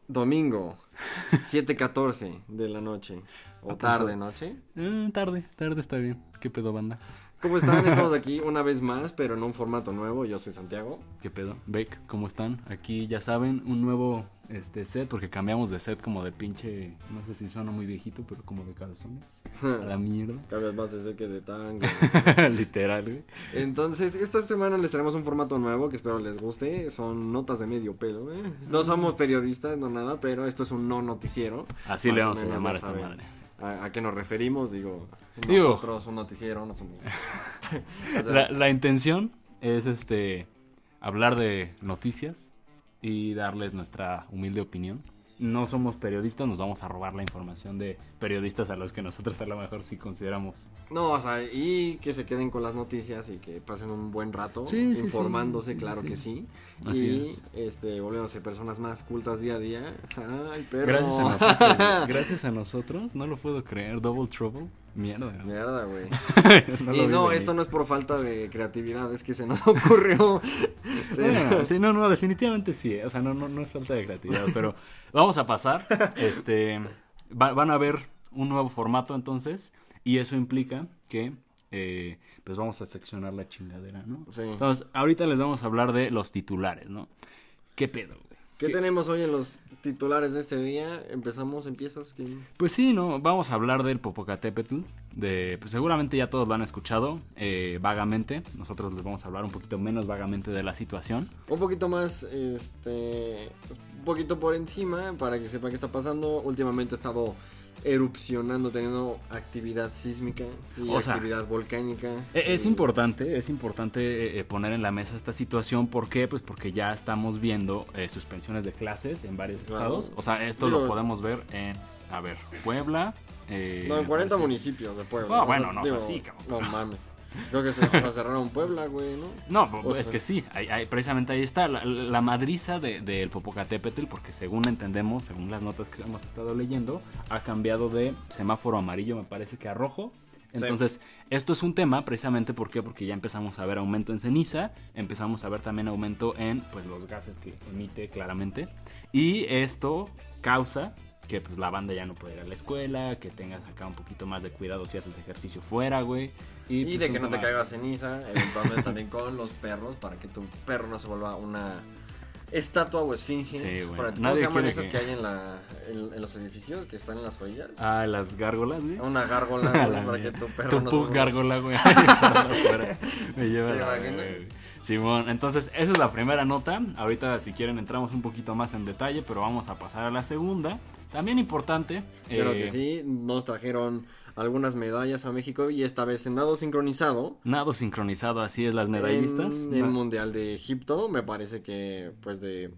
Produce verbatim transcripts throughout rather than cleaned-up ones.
Domingo, siete catorce de la noche. O tarde, ¿noche? Eh, tarde, tarde está bien. ¿Qué pedo, banda? ¿Cómo están? Estamos aquí una vez más, pero en un formato nuevo. Yo soy Santiago. ¿Qué pedo? Beck, ¿cómo están? Aquí ya saben, un nuevo este set, porque cambiamos de set como de pinche, no sé si suena muy viejito, pero como de calzones. A la mierda. Cada vez más de sé que de tango. Literal, güey. Entonces, esta semana les traemos un formato nuevo que espero les guste. Son notas de medio pelo, ¿eh? No somos periodistas, no nada, pero esto es un no noticiero. Así Más le o vamos a menos llamar a ya esta saben madre. ¿A, a qué nos referimos? Digo, Digo, nosotros un noticiero, no somos... O sea, La, la intención es este hablar de noticias y darles nuestra humilde opinión. No somos periodistas, nos vamos a robar la información de periodistas a los que nosotros a lo mejor sí consideramos. No, o sea, y que se queden con las noticias y que pasen un buen rato Sí, sí, informándose, sí, claro sí. que sí. Así y es. este volviéndose personas más cultas día a día. Ay, perro. Gracias a nosotros, güey. Gracias a nosotros, no lo puedo creer. Double Trouble, mierda. güey. Mierda, güey. No Y lo vi no, venir. esto no es por falta de creatividad, es que se nos ocurrió. Sí. Bueno, sí, no, no, definitivamente sí, eh. O sea, no, no, no es falta de creatividad, pero vamos a pasar, este, va- van a ver un nuevo formato entonces, y eso implica que, eh, pues vamos a seccionar la chingadera, ¿no? Sí. Entonces, ahorita les vamos a hablar de los titulares, ¿no? ¿Qué pedo, güey? ¿Qué tenemos hoy en los titulares de este día? Empezamos, empiezas. ¿Quién? Pues sí, ¿no? Vamos a hablar del Popocatépetl, de, pues seguramente ya todos lo han escuchado, eh, vagamente, nosotros les vamos a hablar un poquito menos vagamente de la situación. Un poquito más, este, un poquito por encima para que sepan qué está pasando. Últimamente ha estado erupcionando, teniendo actividad sísmica y O sea, actividad volcánica. E- Es Y- importante, es importante eh, poner en la mesa esta situación. ¿Por qué? Pues porque ya estamos viendo eh, suspensiones de clases en varios Claro. estados. O sea, esto Digo, lo podemos ver en, a ver, Puebla. Eh, No, en me cuarenta parece- municipios de Puebla. Ah, O sea, bueno, no es digo, así, cabrón. No mames. Creo que se o sea, cerraron Puebla, güey, ¿no? No, pues, O es sea- que sí, ahí- ahí- precisamente ahí está la, la madriza de- del Popocatépetl, porque según entendemos, según las notas que hemos estado leyendo, ha cambiado de semáforo amarillo, me parece que a rojo. Entonces, esto es un tema precisamente ¿por qué? Porque ya empezamos a ver aumento en ceniza, empezamos a ver también aumento en pues los gases que emite claramente, y esto causa que pues la banda ya no puede ir a la escuela, que tengas acá un poquito más de cuidado si haces ejercicio fuera, güey. Y, pues, de un que no te tema- caiga ceniza, eventualmente también con los perros, para que tu perro no se vuelva una estatua o esfinge. Sí, güey. fuera de- ¿Cómo Nadie se llaman quiere esas que- que... hay en, la, en, en los edificios que están en las orillas? Ah, las gárgolas, güey. Una gárgola, A güey, la para mierda. que tu perro Tu no se pug vuelva- gárgola, güey. Afuera. Me lleva ¿Te la imaginas? verga, güey. Simón, entonces esa es la primera nota. Ahorita si quieren entramos un poquito más en detalle, pero vamos a pasar a la segunda. También importante. Claro eh, que sí, nos trajeron algunas medallas a México y esta vez en nado sincronizado. Nado sincronizado, así es, las medallistas. En el Na- Mundial de Egipto, me parece que, pues, de...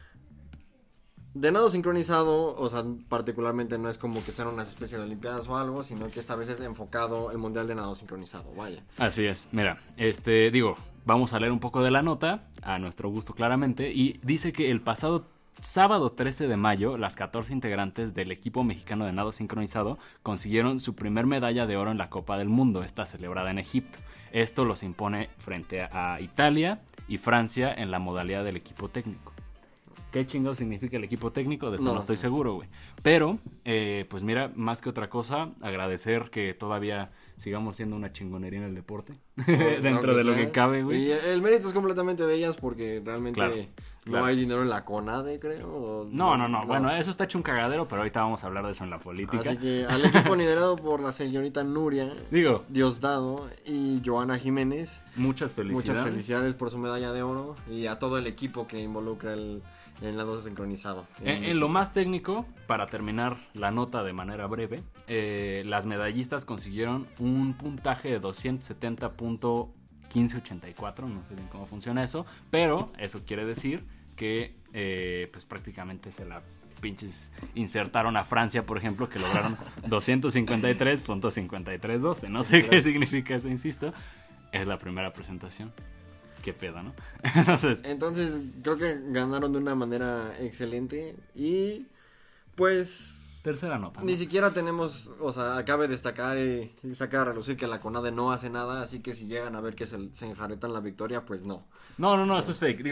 De nado sincronizado, o sea, particularmente no es como que sean unas especies de olimpiadas o algo, sino que esta vez es enfocado el Mundial de nado sincronizado, vaya. Así es, mira, este, digo, vamos a leer un poco de la nota, a nuestro gusto claramente, y dice que el pasado sábado trece de mayo, las catorce integrantes del equipo mexicano de nado sincronizado consiguieron su primer medalla de oro en la Copa del Mundo, esta celebrada en Egipto. Esto los impone frente a Italia y Francia en la modalidad del equipo técnico. ¿Qué chingado significa el equipo técnico? De eso no, No, estoy sí. seguro, güey. Pero, eh, pues mira, más que otra cosa, agradecer que todavía sigamos siendo una chingonería en el deporte. Dentro Claro de lo sea. que cabe, güey. Y el mérito es completamente de ellas porque realmente Claro, no claro. hay dinero en la CONADE, creo. o- No, no, no. Bueno, eso está hecho un cagadero, pero ahorita vamos a hablar de eso en la política. Así que al equipo liderado por la señorita Nuria Digo, Diosdado y Joana Jiménez, muchas felicidades. muchas felicidades por su medalla de oro y a todo el equipo que involucra el, el nado sincronizado. En, en lo más técnico, para terminar la nota de manera breve, eh, las medallistas consiguieron un puntaje de doscientos setenta punto quince ochenta y cuatro, no sé bien cómo funciona eso, pero eso quiere decir que eh, pues prácticamente se la pinches insertaron a Francia, por ejemplo, que lograron doscientos cincuenta y tres punto cincuenta y tres doce, no sé qué significa eso, insisto, es la primera presentación. Qué pedo, ¿no? Entonces, Entonces creo que ganaron de una manera excelente y pues tercera nota, ¿no? ni siquiera tenemos, o sea, cabe destacar y sacar a relucir que la CONADE no hace nada, así que si llegan a ver que se, se enjaretan la victoria, pues no. No, no, no, eso es fake. Digo,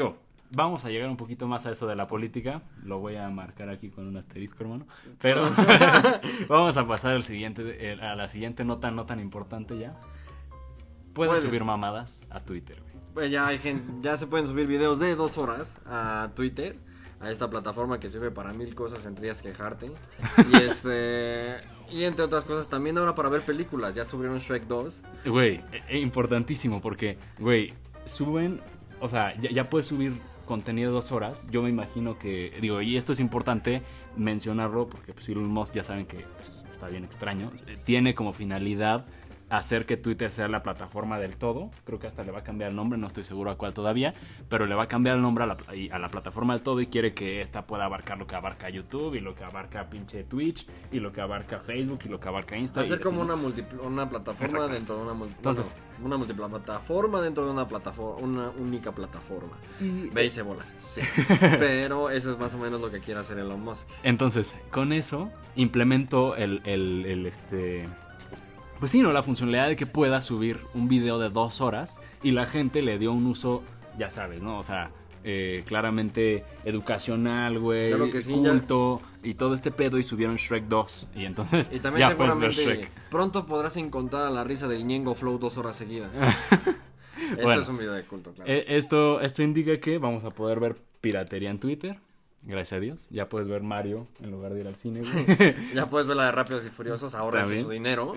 vamos a llegar un poquito más a eso de la política. Lo voy a marcar aquí con un asterisco, hermano. Pero vamos a pasar al siguiente, a la siguiente nota no tan importante ya. Puedes, Puedes subir mamadas a Twitter, güey. Pues ya hay gente, ya se pueden subir videos de dos horas a Twitter, a esta plataforma que sirve para mil cosas, entre ellas quejarte. Y este y entre otras cosas también ahora para ver películas, ya subieron Shrek dos. Güey, es importantísimo porque, güey, suben, o sea, ya, ya puedes subir contenido de dos horas. Yo me imagino que, digo, y esto es importante mencionarlo porque pues Elon Musk ya saben que pues, está bien extraño. Tiene como finalidad hacer que Twitter sea la plataforma del todo. Creo que hasta le va a cambiar el nombre, no estoy seguro a cuál todavía, pero le va a cambiar el nombre a la, a la plataforma del todo y quiere que esta pueda abarcar lo que abarca YouTube y lo que abarca pinche Twitch y lo que abarca Facebook y lo que abarca Insta. Hacer como ¿no? una, multipl- una plataforma Exacto. dentro de una multi- Entonces, bueno, una multiplataforma dentro de una plataforma, una única plataforma. Y... Ve y se bolas, sí. Pero eso es más o menos lo que quiere hacer Elon Musk. Entonces, con eso implementó el, el, el este... Pues sí, ¿no? La funcionalidad de que pueda subir un video de dos horas y la gente le dio un uso, ya sabes, ¿no? O sea, eh, claramente educacional, güey, claro que sí, culto ya. Y todo este pedo y subieron Shrek dos y entonces y también ya puedes ver Shrek. Pronto podrás encontrar a la risa del Ñengo Flow dos horas seguidas. Eso bueno, es un video de culto, claro. Eh, esto, esto indica que vamos a poder ver piratería en Twitter. Gracias a Dios. Ya puedes ver Mario en lugar de ir al cine, güey. Ya puedes ver la de Rápidos y Furiosos. Ahorrense su dinero.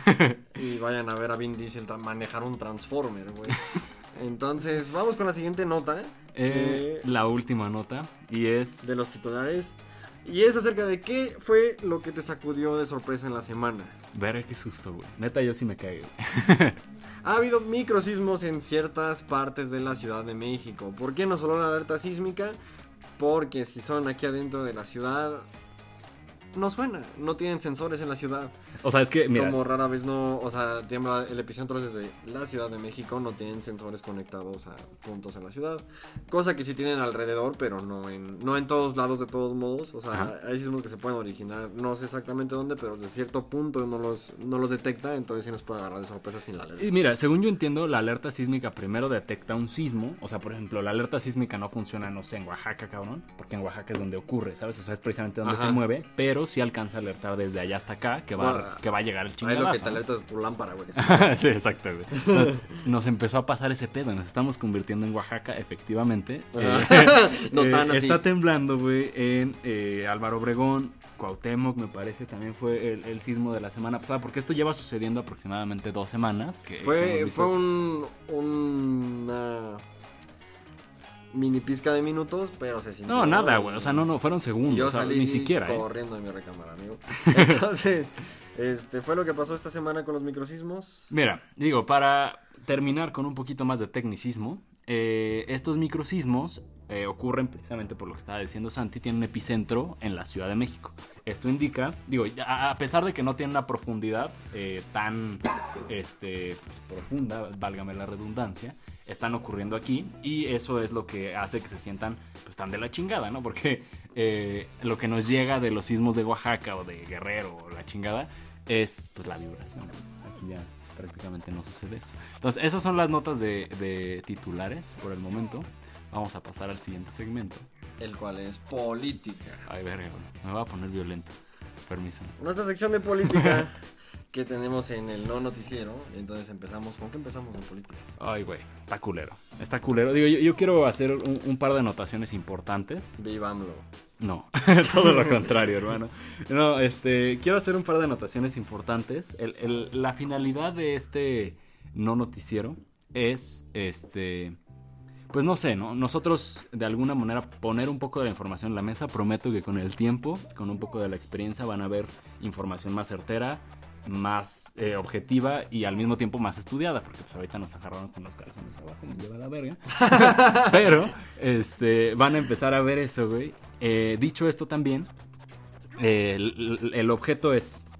Y vayan a ver a Vin Diesel manejar un Transformer, güey. Entonces, vamos con la siguiente nota. Eh, que... La última nota. Y es... De los titulares. Y es acerca de qué fue lo que te sacudió de sorpresa en la semana. Verga, qué susto, güey. Neta, yo sí me caí, güey. Ha habido microsismos en ciertas partes de la Ciudad de México. ¿Por qué no solo la alerta sísmica? Porque si son aquí adentro de la ciudad, no suena, no tienen sensores en la ciudad. O sea, es que, mira, como rara vez no, o sea, tiembla el epicentro desde la Ciudad de México, no tienen sensores conectados a puntos en la ciudad. Cosa que sí tienen alrededor, pero no en no en todos lados de todos modos. O sea, ajá, hay sismos que se pueden originar, no sé exactamente dónde, pero de cierto punto no los, no los detecta, entonces sí nos puede agarrar de sorpresa sin la alerta. Y mira, según yo entiendo, la alerta sísmica primero detecta un sismo. O sea, por ejemplo, la alerta sísmica no funciona, no sé, en Oaxaca, cabrón, porque en Oaxaca es donde ocurre, ¿sabes? O sea, es precisamente donde ajá. se mueve, pero sí alcanza a alertar desde allá hasta acá, que va, no, que va a llegar el chingadazo. Es lo que te alertas de tu lámpara, güey. Sí, exacto, güey. Entonces, nos empezó a pasar ese pedo, nos estamos convirtiendo en Oaxaca, efectivamente. Eh, no tan eh, así. Está temblando, güey, en eh, Álvaro Obregón, Cuauhtémoc, me parece, también fue el, el sismo de la semana pasada, porque esto lleva sucediendo aproximadamente dos semanas. Que, fue, fue un... una... mini pizca de minutos, pero se sintió. No, nada, güey. O sea, no, no, fueron segundos. Yo o sea, salí ni siquiera. corriendo ¿eh? de mi recámara, amigo. Entonces, este, fue lo que pasó esta semana con los microsismos. Mira, digo, para terminar con un poquito más de tecnicismo, eh, estos microsismos eh, ocurren precisamente por lo que estaba diciendo Santi, tienen un epicentro en la Ciudad de México. Esto indica, digo, a pesar de que no tiene una profundidad eh, tan este, pues, profunda, válgame la redundancia, están ocurriendo aquí y eso es lo que hace que se sientan pues tan de la chingada, ¿no? Porque eh, lo que nos llega de los sismos de Oaxaca o de Guerrero o la chingada es pues la vibración, ¿no? Aquí ya prácticamente no sucede eso. Entonces esas son las notas de, de titulares por el momento. Vamos a pasar al siguiente segmento, el cual es política. Ay, verga, me voy a poner violento. Permiso. Nuestra sección de política que tenemos en el no noticiero. Entonces empezamos, ¿con qué empezamos en política? Ay, güey, está culero. Está culero. Digo, yo, yo quiero hacer un, un par de anotaciones importantes. Viva AMLO. No, todo lo contrario, hermano. No, este, quiero hacer un par de anotaciones importantes. El, el, la finalidad de este no noticiero es, este, pues no sé, ¿no? Nosotros, de alguna manera, poner un poco de la información en la mesa. Prometo que con el tiempo, con un poco de la experiencia, van a ver información más certera, más eh, objetiva y al mismo tiempo más estudiada, porque pues ahorita nos agarraron con los calzones abajo, me lleva la verga. Pero este van a empezar a ver eso, güey. Eh, dicho esto también, eh, el, el objeto es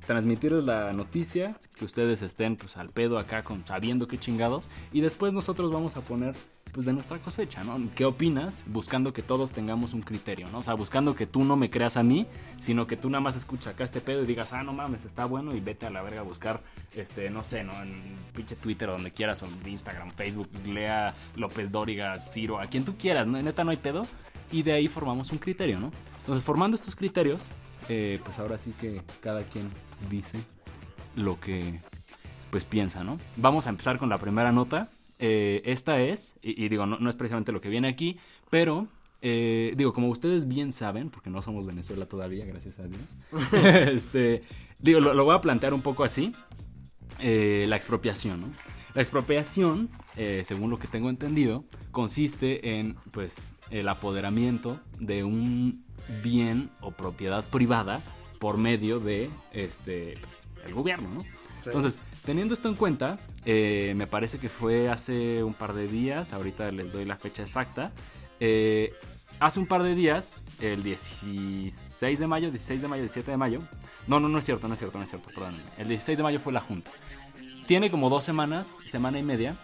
transmitirles la noticia, que ustedes estén pues al pedo acá con sabiendo qué chingados, y después nosotros vamos a poner pues de nuestra cosecha, ¿no? ¿Qué opinas? Buscando que todos tengamos un criterio, ¿no? O sea, buscando que tú no me creas a mí, sino que tú nada más escuchas acá este pedo y digas, ah, no mames, está bueno, y vete a la verga a buscar, este, no sé, ¿no? En pinche Twitter o donde quieras, o en Instagram, Facebook, lea López Dóriga, Ciro, a quien tú quieras, ¿no? Neta no hay pedo, y de ahí formamos un criterio, ¿no? Entonces, formando estos criterios, eh, pues ahora sí que cada quien dice lo que pues piensa, ¿no? Vamos a empezar con la primera nota. Eh, esta es, y, y digo, no, no es precisamente lo que viene aquí, pero eh, digo, como ustedes bien saben, porque no somos Venezuela todavía, gracias a Dios, este, digo, lo, lo voy a plantear un poco así, eh, la expropiación, ¿no? La expropiación, eh, según lo que tengo entendido, consiste en, pues, el apoderamiento de un bien o propiedad privada por medio de este el gobierno, ¿no? Sí. Entonces, teniendo esto en cuenta, eh, me parece que fue hace un par de días, ahorita les doy la fecha exacta, eh, hace un par de días, el dieciséis de mayo, dieciséis de mayo, diecisiete de mayo, no, no, no es cierto, no es cierto, no es cierto, perdónenme, el dieciséis de mayo fue la junta. Tiene como dos semanas, semana y media,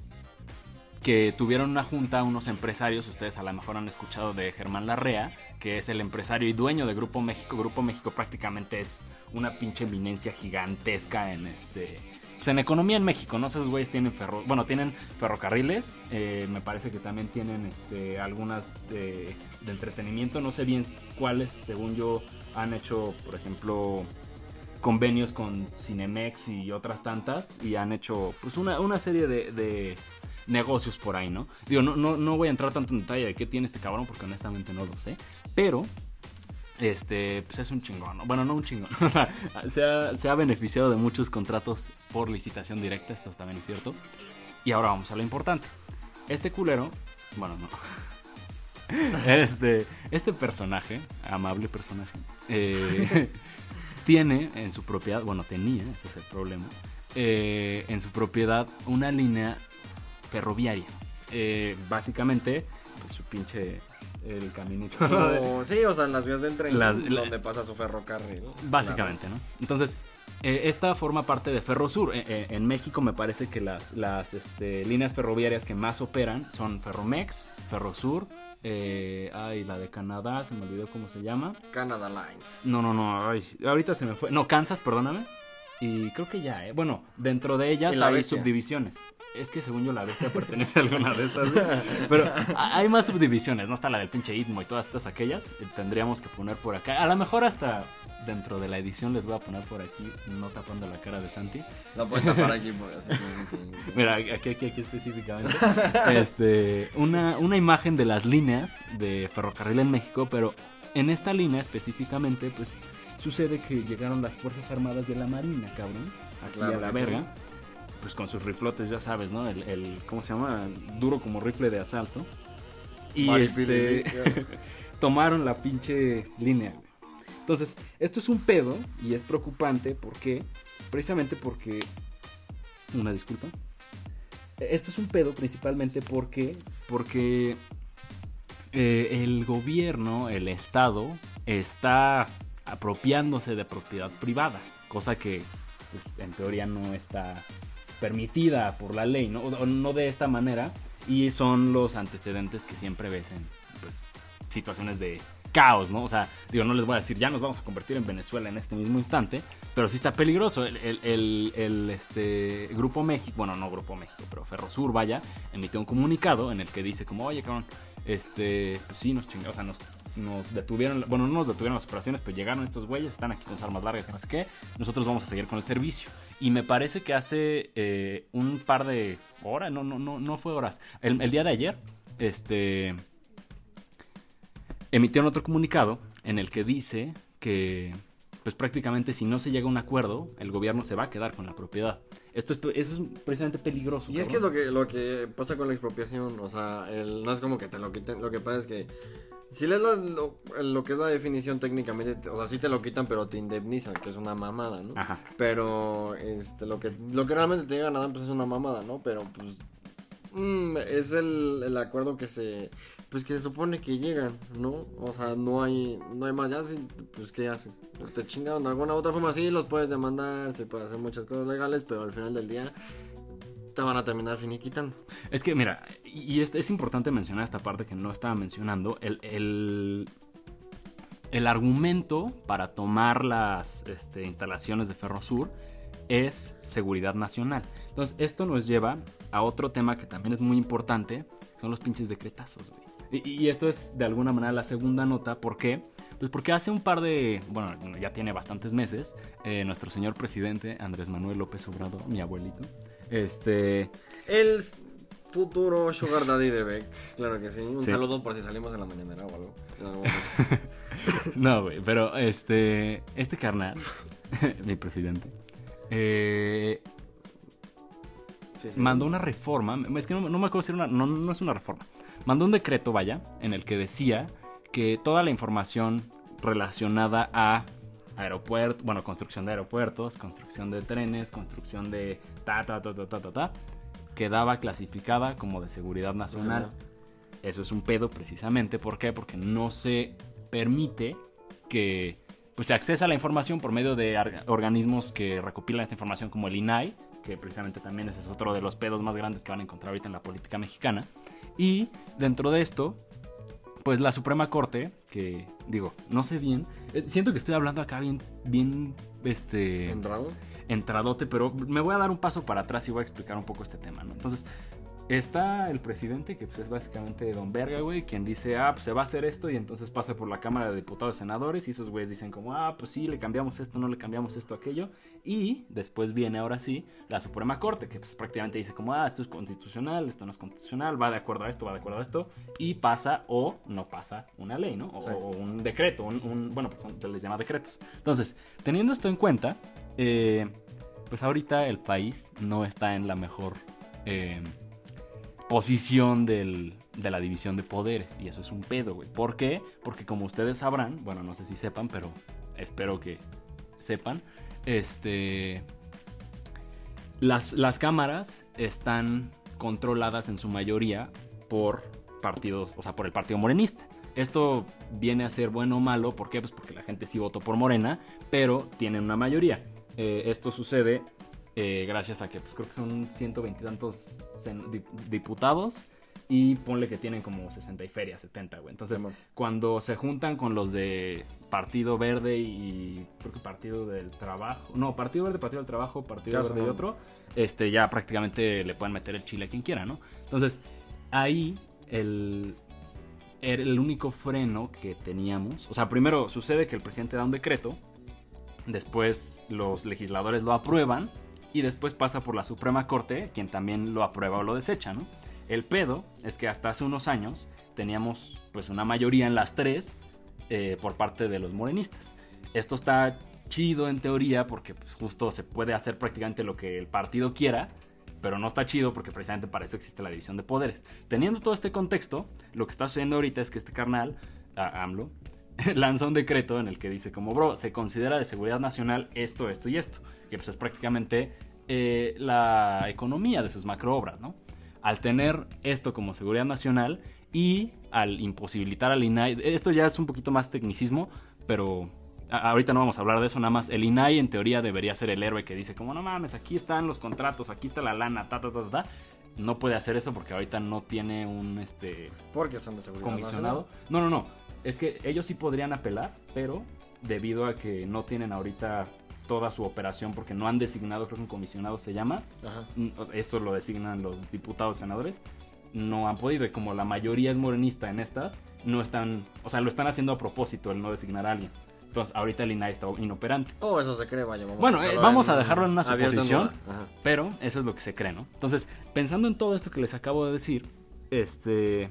que tuvieron una junta unos empresarios, ustedes a lo mejor han escuchado de Germán Larrea, que es el empresario y dueño de Grupo México. Grupo México prácticamente es una pinche eminencia gigantesca en este, pues en economía en México, ¿no? Esos güeyes tienen ferro, bueno, tienen ferrocarriles, eh, me parece que también tienen este, algunas eh, de entretenimiento, no sé bien cuáles, según yo, han hecho, por ejemplo, convenios con Cinemex y otras tantas, y han hecho pues una, una serie de, de negocios por ahí, ¿no? Digo, no, no, no voy a entrar tanto en detalle de qué tiene este cabrón, porque honestamente no lo sé, pero este, pues es un chingón, ¿no? Bueno, no un chingón, o sea, se ha, se ha beneficiado de muchos contratos por licitación directa, esto también es cierto. Y ahora vamos a lo importante. Este culero, bueno, no, este, este personaje, amable personaje, eh, tiene en su propiedad, bueno, tenía, ese es el problema, eh, en su propiedad una línea ferroviaria. Eh, básicamente, pues su pinche el caminito. Como, sí, o sea, en las vías del tren Las, donde la, pasa su ferrocarril, ¿no? Básicamente, claro. ¿No? Entonces, eh, esta forma parte de Ferrosur. Eh, eh, en México me parece que las, las este, líneas ferroviarias que más operan son Ferromex, Ferrosur, eh, ay, la de Canadá, se me olvidó cómo se llama. Canada Lines. No, no, no, ay, ahorita se me fue. No, Kansas, perdóname. Y creo que ya, ¿eh? Bueno, dentro de ellas hay bestia? subdivisiones. Es que según yo la bestia pertenece a alguna de estas, ¿sí? Pero hay más subdivisiones, ¿no? Está la del pinche Istmo y todas estas aquellas. Tendríamos que poner por acá. A lo mejor hasta dentro de la edición les voy a poner por aquí, no tapando la cara de Santi. La pueden tapar aquí por así. Mira, aquí, aquí, aquí específicamente. Este, una, una imagen de las líneas de ferrocarril en México, pero en esta línea específicamente, pues sucede que llegaron las Fuerzas Armadas de la Marina, cabrón, aquí claro, a la verga, sí. Pues con sus riflotes, ya sabes, ¿no? El, el ¿cómo se llama? Duro como rifle de asalto. Y Mari este tomaron la pinche línea. Entonces, esto es un pedo y es preocupante porque, precisamente porque, una disculpa. Esto es un pedo principalmente porque, porque eh, el gobierno, el Estado, está apropiándose de propiedad privada, cosa que pues, en teoría no está permitida por la ley, ¿no? O no de esta manera, y son los antecedentes que siempre ves en pues, situaciones de caos, ¿no? O sea, digo, no les voy a decir, ya nos vamos a convertir en Venezuela en este mismo instante, pero sí está peligroso. El, el, el, el este, Grupo México, bueno, no Grupo México, pero Ferrosur, vaya, emitió un comunicado en el que dice como, oye, cabrón, este, pues sí, nos chingaron, o sea, nos nos detuvieron, bueno, no nos detuvieron las operaciones, pero llegaron estos güeyes, están aquí con sus armas largas, no sé qué, nosotros vamos a seguir con el servicio. Y me parece que hace eh, un par de horas, no, no, no, no fue horas, el, el día de ayer, este, emitieron otro comunicado en el que dice que, pues prácticamente si no se llega a un acuerdo, el gobierno se va a quedar con la propiedad. Esto es, eso es precisamente peligroso. Y cabrón. Es que es lo que, lo que pasa con la expropiación, o sea, el, no es como que te lo quiten, lo que pasa es que si lees la, lo, lo que es la definición técnicamente, o sea, sí te lo quitan, pero te indemnizan, que es una mamada, ¿no? Ajá. Pero este, lo que lo que realmente te llegan a dar, pues es una mamada, ¿no? Pero pues mmm, es el, el acuerdo que se pues que se supone que llegan, ¿no? O sea, no hay, no hay más, ya, pues ¿qué haces? Te chingaron de alguna u otra forma, sí, los puedes demandar, se puede hacer muchas cosas legales, pero al final del día te van a terminar finiquitando. Es que, mira, y es, es importante mencionar esta parte que no estaba mencionando, el, el, el argumento para tomar las este, instalaciones de Ferrosur es seguridad nacional. Entonces, esto nos lleva a otro tema que también es muy importante, son los pinches decretazos, güey. Y, y esto es, de alguna manera, la segunda nota. ¿Por qué? Pues porque hace un par de... Bueno, ya tiene bastantes meses, eh, nuestro señor presidente, Andrés Manuel López Obrador, mi abuelito, este... El futuro sugar daddy de Beck, claro que sí. Un sí. saludo por si salimos en la mañanera o algo. No, güey, pero este... Este carnal, mi presidente... Eh, sí, sí. Mandó una reforma, es que no, no me acuerdo si era una, no, no es una reforma, mandó un decreto, vaya, en el que decía que toda la información relacionada a aeropuertos, bueno, construcción de aeropuertos, construcción de trenes, construcción de ta, ta, ta, ta, ta, ta, ta, quedaba clasificada como de seguridad nacional. Uh-huh. Eso es un pedo precisamente, ¿por qué? Porque no se permite que... pues se accesa a la información por medio de ar- organismos que recopilan esta información como el I N A I, que precisamente también ese es otro de los pedos más grandes que van a encontrar ahorita en la política mexicana. Y dentro de esto, pues la Suprema Corte, que digo, no sé bien, eh, siento que estoy hablando acá bien, bien, este... ¿Entrado? Entradote, pero me voy a dar un paso para atrás y voy a explicar un poco este tema, ¿no? Entonces... está el presidente, que pues es básicamente Don Verga, güey, quien dice, ah, pues se va a hacer esto, y entonces pasa por la Cámara de Diputados y Senadores, y esos güeyes dicen como, ah, pues sí, le cambiamos esto, no le cambiamos esto, aquello, y después viene ahora sí la Suprema Corte, que pues prácticamente dice como, ah, esto es constitucional, esto no es constitucional, va de acuerdo a esto, va de acuerdo a esto, y pasa o no pasa una ley, ¿no? O, sí. o un decreto, un, un, bueno, pues se les llama decretos. Entonces, teniendo esto en cuenta, eh, pues ahorita el país no está en la mejor... Eh, posición del, de la división de poderes, y eso es un pedo, güey. ¿Por qué? Porque como ustedes sabrán, bueno, no sé si sepan, pero espero que sepan, este, las, las cámaras están controladas en su mayoría por partidos, o sea, por el partido morenista. Esto viene a ser bueno o malo, ¿por qué? Pues porque la gente sí votó por Morena, pero tienen una mayoría. Eh, esto sucede eh, gracias a que, pues creo que son ciento veinte y tantos diputados, y ponle que tienen como sesenta y feria, setenta, güey. Entonces, sí, cuando se juntan con los de Partido Verde y creo que Partido del Trabajo, no, Partido Verde, Partido del Trabajo, Partido Verde y otro, este, ya prácticamente le pueden meter el chile a quien quiera, ¿no? Entonces, ahí el, el único freno que teníamos, o sea, primero sucede que el presidente da un decreto, después los legisladores lo aprueban, y después pasa por la Suprema Corte, quien también lo aprueba o lo desecha, ¿no? El pedo es que hasta hace unos años teníamos pues una mayoría en las tres eh, por parte de los morenistas. Esto está chido en teoría porque pues, justo se puede hacer prácticamente lo que el partido quiera, pero no está chido porque precisamente para eso existe la división de poderes. Teniendo todo este contexto, lo que está sucediendo ahorita es que este carnal, a AMLO, lanza un decreto en el que dice como, bro, se considera de seguridad nacional esto, esto y esto, que pues es prácticamente eh, la economía de sus macroobras, ¿no? Al tener esto como seguridad nacional y al imposibilitar al I N A I, esto ya es un poquito más tecnicismo, pero a- ahorita no vamos a hablar de eso, nada más el I N A I en teoría debería ser el héroe que dice como, no mames, aquí están los contratos, aquí está la lana, ta, ta, ta, ta, ta. No puede hacer eso porque ahorita no tiene un, este... Porque son de seguridad comisionado. nacional. No, no, no. Es que ellos sí podrían apelar, pero debido a que no tienen ahorita toda su operación, porque no han designado, creo que un comisionado se llama, Ajá. eso lo designan los diputados, senadores, no han podido, y como la mayoría es morenista en estas, no están, o sea, lo están haciendo a propósito el no designar a alguien. Entonces, ahorita el I N A I está inoperante. Oh, eso se cree, vaya. Vamos bueno, a eh, vamos a dejarlo en una suposición, Ajá. pero eso es lo que se cree, ¿no? Entonces, pensando en todo esto que les acabo de decir, este...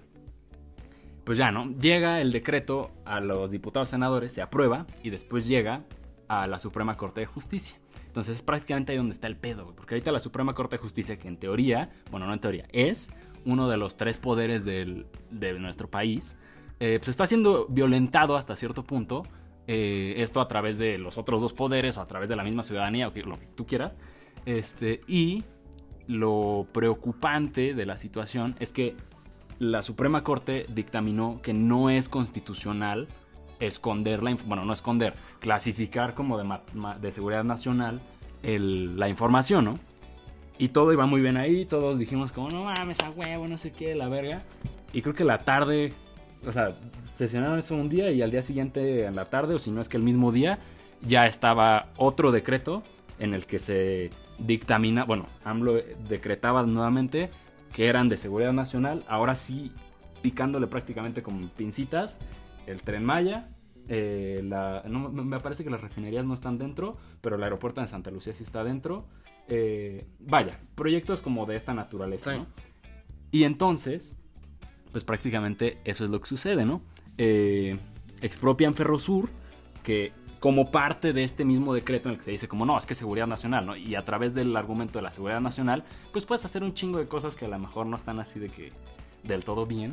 pues ya, ¿no? Llega el decreto a los diputados senadores, se aprueba, y después llega a la Suprema Corte de Justicia. Entonces es prácticamente ahí donde está el pedo, güey, porque ahorita la Suprema Corte de Justicia, que en teoría, bueno, no en teoría, es uno de los tres poderes del, de nuestro país, eh, pues está siendo violentado hasta cierto punto, eh, esto a través de los otros dos poderes o a través de la misma ciudadanía, o que, lo que tú quieras, este, y lo preocupante de la situación es que la Suprema Corte dictaminó que no es constitucional esconder la inf- bueno, no esconder, clasificar como de, ma- ma- de seguridad nacional el, la información, ¿no? Y todo iba muy bien ahí, todos dijimos como, no mames, a huevo, no sé qué, la verga. Y creo que la tarde, o sea, sesionaron eso un día y al día siguiente en la tarde, o si no es que el mismo día, ya estaba otro decreto en el que se dictamina, bueno, AMLO decretaba nuevamente que eran de seguridad nacional, ahora sí picándole prácticamente con pincitas, el Tren Maya, eh, la, no, me parece que las refinerías no están dentro, pero el aeropuerto de Santa Lucía sí está dentro. Eh, vaya, proyectos como de esta naturaleza, sí. ¿No? Y entonces, pues prácticamente eso es lo que sucede, ¿no? Eh, expropian Ferrosur, que como parte de este mismo decreto en el que se dice como no, es que es seguridad nacional, ¿no? Y a través del argumento de la seguridad nacional, pues puedes hacer un chingo de cosas que a lo mejor no están así de que del todo bien.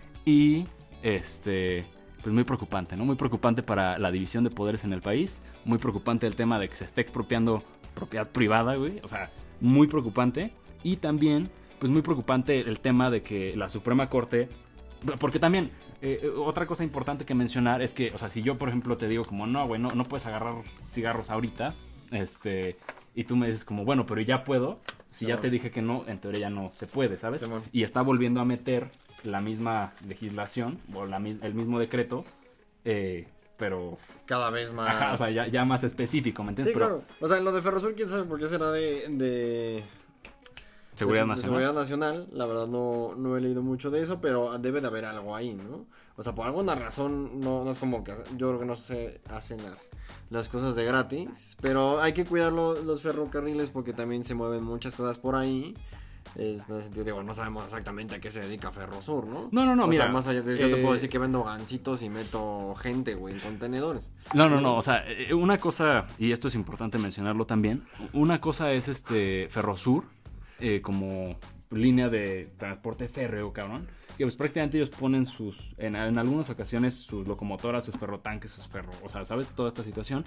Y este, pues muy preocupante, ¿no? Muy preocupante para la división de poderes en el país, muy preocupante el tema de que se esté expropiando propiedad privada, güey, o sea, muy preocupante. Y también, pues muy preocupante el tema de que la Suprema Corte, porque también Eh, otra cosa importante que mencionar es que, o sea, si yo, por ejemplo, te digo como, no, güey, no, no puedes agarrar cigarros ahorita, este, y tú me dices como, bueno, pero ya puedo, si sí, ya bueno. te dije que no, en teoría ya no se puede, ¿sabes? Sí, bueno. Y está volviendo a meter la misma legislación, o la, el mismo decreto, eh, pero... cada vez más... Ajá, o sea, ya, ya más específico, ¿me entiendes? Sí, pero, claro. O sea, lo de Ferrosur, quién sabe por qué será de... de... Seguridad de, Nacional. De seguridad Nacional, la verdad no, no he leído mucho de eso, pero debe de haber algo ahí, ¿no? O sea, por alguna razón, no, no es como que, yo creo que no se hacen las, las cosas de gratis, pero hay que cuidar lo, los ferrocarriles porque también se mueven muchas cosas por ahí. Es, en ese sentido, digo, no sabemos exactamente a qué se dedica Ferrosur, ¿no? No, no, no, o mira. Sea, más allá de yo eh... te puedo decir que vendo gancitos y meto gente, güey, en contenedores. No, no, no, o sea, una cosa, y esto es importante mencionarlo también, una cosa es este Ferrosur, eh, como línea de transporte férreo, cabrón, que pues prácticamente ellos ponen sus, en, en algunas ocasiones, sus locomotoras, sus ferrotanques, sus ferro, o sea, ¿sabes? Toda esta situación,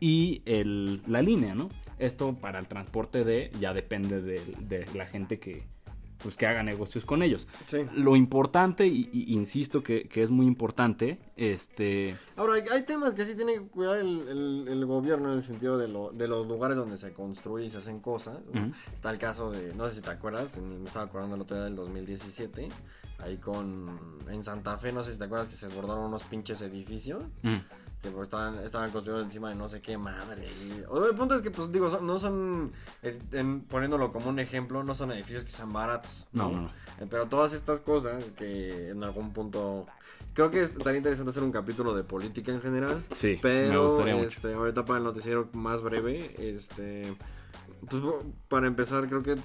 y el, la línea, ¿no? Esto para el transporte de, ya depende de, de la gente que, pues que haga negocios con ellos. Sí. Lo importante, y, y insisto que, que es muy importante, este... Ahora, hay, hay temas que sí tiene que cuidar el, el, el gobierno en el sentido de, lo, de los lugares donde se construye y se hacen cosas, ¿no? Uh-huh. Está el caso de, no sé si te acuerdas, me estaba acordando el otro día del dos mil diecisiete, ahí con, en Santa Fe, no sé si te acuerdas que se desbordaron unos pinches edificios. Uh-huh. Que pues estaban, estaban construidos encima de no sé qué madre. Y, o, el punto es que, pues digo, son, no son, eh, en, poniéndolo como un ejemplo, no son edificios que sean baratos. No, no, no. Eh, pero todas estas cosas que en algún punto... Creo que estaría interesante hacer un capítulo de política en general. Sí, pero, me gustaría este, mucho. Ahorita para el noticiero más breve, este... Pues para empezar, creo que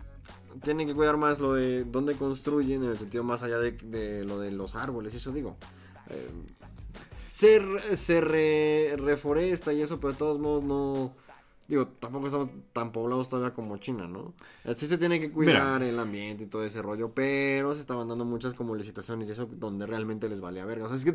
tienen que cuidar más lo de dónde construyen, en el sentido más allá de, de lo de los árboles, eso digo. Eh, Se, se re, reforesta y eso, pero de todos modos no... Digo, tampoco estamos tan poblados todavía como China, ¿no? Sí se tiene que cuidar Mira. el ambiente y todo ese rollo, pero se estaban dando muchas como licitaciones y eso donde realmente les valía verga. O sea, es que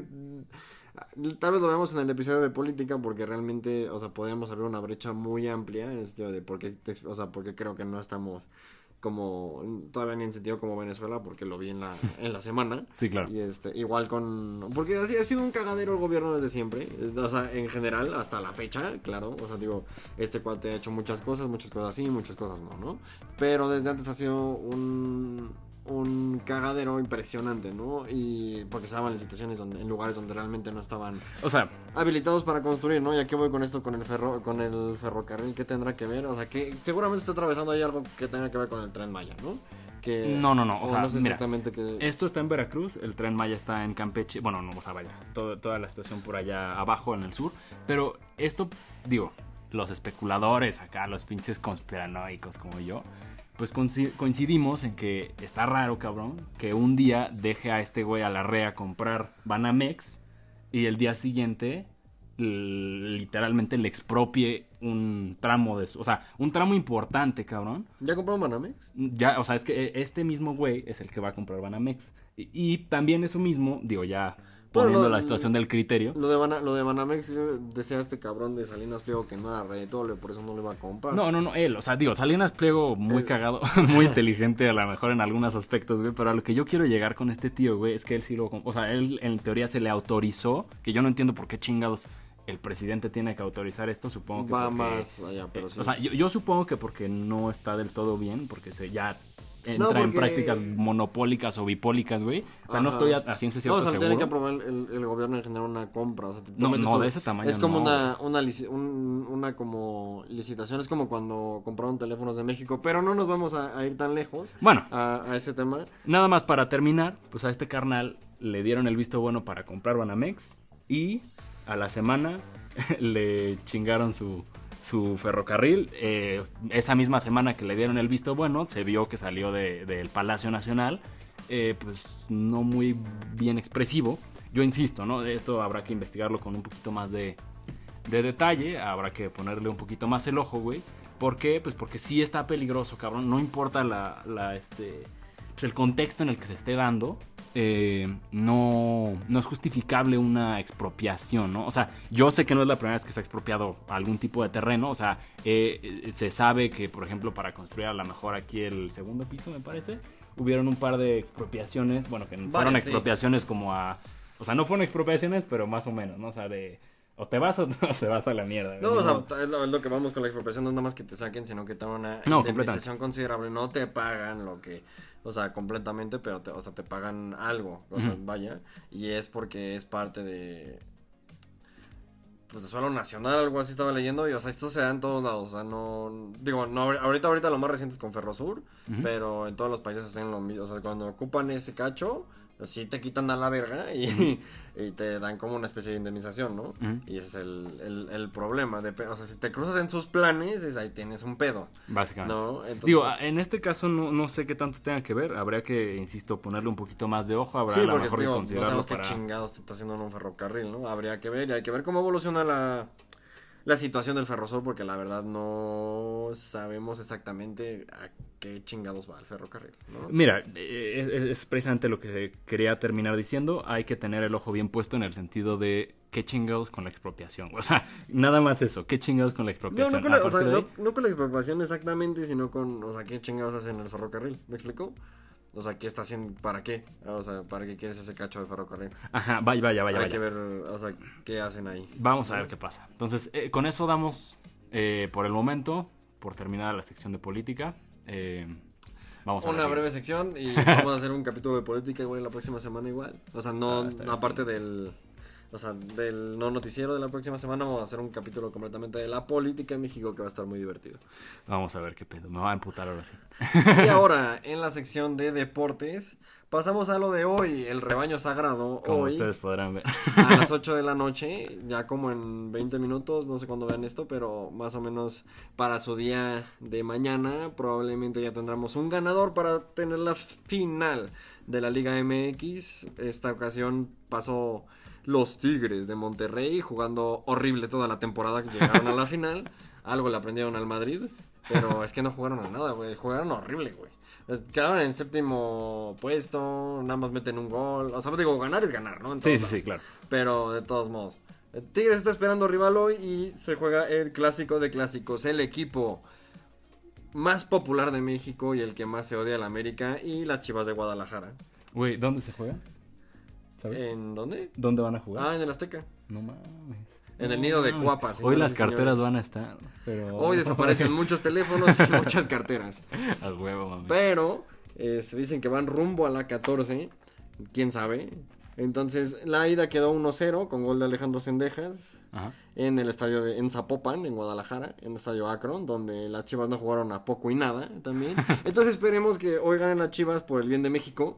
tal vez lo veamos en el episodio de política porque realmente, o sea, podríamos abrir una brecha muy amplia en el sentido de por qué, o sea, porque creo que no estamos... como todavía ni en sentido como Venezuela porque lo vi en la en la semana. Sí, claro. Y este igual con porque así ha sido un cagadero el gobierno desde siempre, o sea, en general hasta la fecha, claro, o sea, digo, este cuate ha hecho muchas cosas, muchas cosas sí, muchas cosas no, ¿no? Pero desde antes ha sido un un cagadero impresionante, ¿no? Y porque estaban en situaciones donde, en lugares donde realmente no estaban, o sea, habilitados para construir, ¿no? ¿Ya qué voy con esto con el ferro, con el ferrocarril? ¿Qué tendrá que ver? O sea, que seguramente está atravesando ahí algo que tenga que ver con el Tren Maya, ¿no? Que, no, no, no, o, o sea, no sé mira, exactamente que... esto está en Veracruz, el Tren Maya está en Campeche, bueno, no, o sea, vaya, todo, toda la situación por allá abajo en el sur, pero esto, digo, los especuladores acá, los pinches conspiranoicos como yo, pues coincidimos en que está raro, cabrón, que un día deje a este güey a la rea comprar Banamex y el día siguiente literalmente le expropie un tramo de su, o sea, un tramo importante, cabrón. ¿Ya compraron Banamex? Ya, o sea, es que este mismo güey es el que va a comprar Banamex. Y, y también eso mismo, digo, ya poniendo Bueno, lo- la situación del criterio. Lo de, Bana- lo de Banamex, yo decía este cabrón de Salinas Pliego que no era redituable, por eso no lo iba a comprar. No, no, no, él, o sea, digo, Salinas Pliego muy Eh, cagado, muy inteligente a lo mejor en algunos aspectos, güey, pero a lo que yo quiero llegar con este tío, güey, es que él sí lo, o sea, él en teoría se le autorizó, que yo no entiendo por qué chingados el presidente tiene que autorizar esto, supongo que Va porque, más allá, pero eh, sí. o sea, yo, yo supongo que porque no está del todo bien, porque se ya entra No, en porque- prácticas monopólicas o bipólicas, güey, o sea, no Ajá. estoy a, a ciencia No, cierta o sea, seguro. tiene que aprobar el, el gobierno en generar una compra. O sea, te- te No, metes no, tú- de ese tamaño Es como no, una, una, lici- un- una como licitación, es como cuando compraron teléfonos de México, pero no nos vamos a, a ir tan lejos Bueno, a, a ese tema. nada más para terminar, pues a este carnal le dieron el visto bueno para comprar Banamex y a la semana le chingaron su, su ferrocarril. Eh, esa misma semana que le dieron el visto bueno, se vio que salió de- del Palacio Nacional, eh, pues no muy bien expresivo. Yo insisto, ¿no? Esto habrá que investigarlo con un poquito más de, de detalle, habrá que ponerle un poquito más el ojo, güey. ¿Por qué? Pues porque sí está peligroso, cabrón. No importa la, la este, pues el contexto en el que se esté dando. Eh, no, no es justificable una expropiación, ¿no? O sea, yo sé que no es la primera vez que se ha expropiado algún tipo de terreno. O sea, eh, eh, se sabe que, por ejemplo, para construir a lo mejor aquí el segundo piso, me parece, hubieron un par de expropiaciones. Bueno, que fueron Varias, sí. expropiaciones como a... O sea, no fueron expropiaciones, pero más o menos, ¿no? O sea, de... O te vas o te vas a la mierda. No, Ni o modo. sea, es lo, es lo que vamos con la expropiación, no es nada más que te saquen, sino que te dan una No, indemnización considerable. No te pagan lo que, o sea, completamente, pero te, o sea, te pagan algo, o sea, Ujú. vaya, y es porque es parte de, pues, de suelo nacional, algo así estaba leyendo, y, o sea, esto se da en todos lados, o sea, no, digo, no, ahorita, ahorita lo más reciente es con Ferrosur, Ujú. pero en todos los países hacen lo mismo, o sea, cuando ocupan ese cacho, sí te quitan a la verga y, y te dan como una especie de indemnización, ¿no? Ujú. Y ese es el, el, el problema. De, o sea, si te cruzas en sus planes, es ahí tienes un pedo, Básicamente. ¿no? Entonces, Digo, en este caso no, no sé qué tanto tenga que ver. Habría que, insisto, ponerle un poquito más de ojo. Habrá sí, a lo porque mejor que digo, no considerarlo sabemos para... qué chingados te está haciendo en un ferrocarril, ¿no? Habría que ver y hay que ver cómo evoluciona la, la situación del Ferrosur, porque la verdad no sabemos exactamente a qué chingados va el ferrocarril, ¿no? Mira, eh, es, es precisamente lo que quería terminar diciendo. Hay que tener el ojo bien puesto en el sentido de qué chingados con la expropiación. O sea, nada más eso. ¿Qué chingados con la No, expropiación? no con, la, A o sea, partir de no, ahí- no con la expropiación exactamente, sino con, o sea, qué chingados hacen en el ferrocarril, ¿me explico? O sea, ¿qué está haciendo? ¿Para qué? O sea, ¿para qué quieres ese cacho de ferrocarril? Ajá, vaya, vaya, vaya. Hay vaya. que ver, o sea, qué hacen ahí. Vamos a ver qué pasa. Entonces, eh, con eso damos eh, por el momento, por terminada la sección de política. Eh, vamos a Una la breve siguiente. sección y vamos a hacer un capítulo de política igual la próxima semana igual. O sea, no, Ah, está bien. aparte del, o sea, del no noticiero de la próxima semana, vamos a hacer un capítulo completamente de la política en México que va a estar muy divertido. Vamos a ver qué pedo. Me va a emputar ahora sí. Y ahora, en la sección de deportes, pasamos a lo de hoy, el rebaño sagrado. Como hoy, ustedes podrán ver. a las ocho de la noche, ya como en veinte minutos, no sé cuándo vean esto, pero más o menos para su día de mañana, probablemente ya tendremos un ganador para tener la final de la Liga M X. Esta ocasión pasó los Tigres de Monterrey, jugando horrible toda la temporada, que llegaron a la final. Algo le aprendieron al Madrid, pero es que no jugaron a nada, güey, jugaron horrible, güey. Es- Quedaron en el séptimo puesto, nada más meten un gol. O sea, digo, ganar es ganar, ¿no? En Sí, todos sí, sí, lados. claro. Pero de todos modos. El Tigres está esperando rival hoy y se juega el clásico de clásicos. El equipo más popular de México y el que más se odia a la América y las Chivas de Guadalajara. Güey, ¿dónde se juega? ¿Sabes? ¿En dónde? ¿Dónde van a jugar? Ah, en el Azteca. No mames. En el No nido de mames. Cuapas. Hoy señoras las y carteras señores. van a estar. Pero... Hoy desaparecen muchos teléfonos y muchas carteras. Al huevo, mami. Pero eh, se dicen que van rumbo a la catorce. ¿Quién sabe? Entonces, la ida quedó uno cero con gol de Alejandro Cendejas Ajá. en el estadio de en Zapopan, en Guadalajara, en el estadio Akron, donde las Chivas no jugaron a poco y nada también. Entonces, esperemos que hoy ganen las Chivas por el bien de México.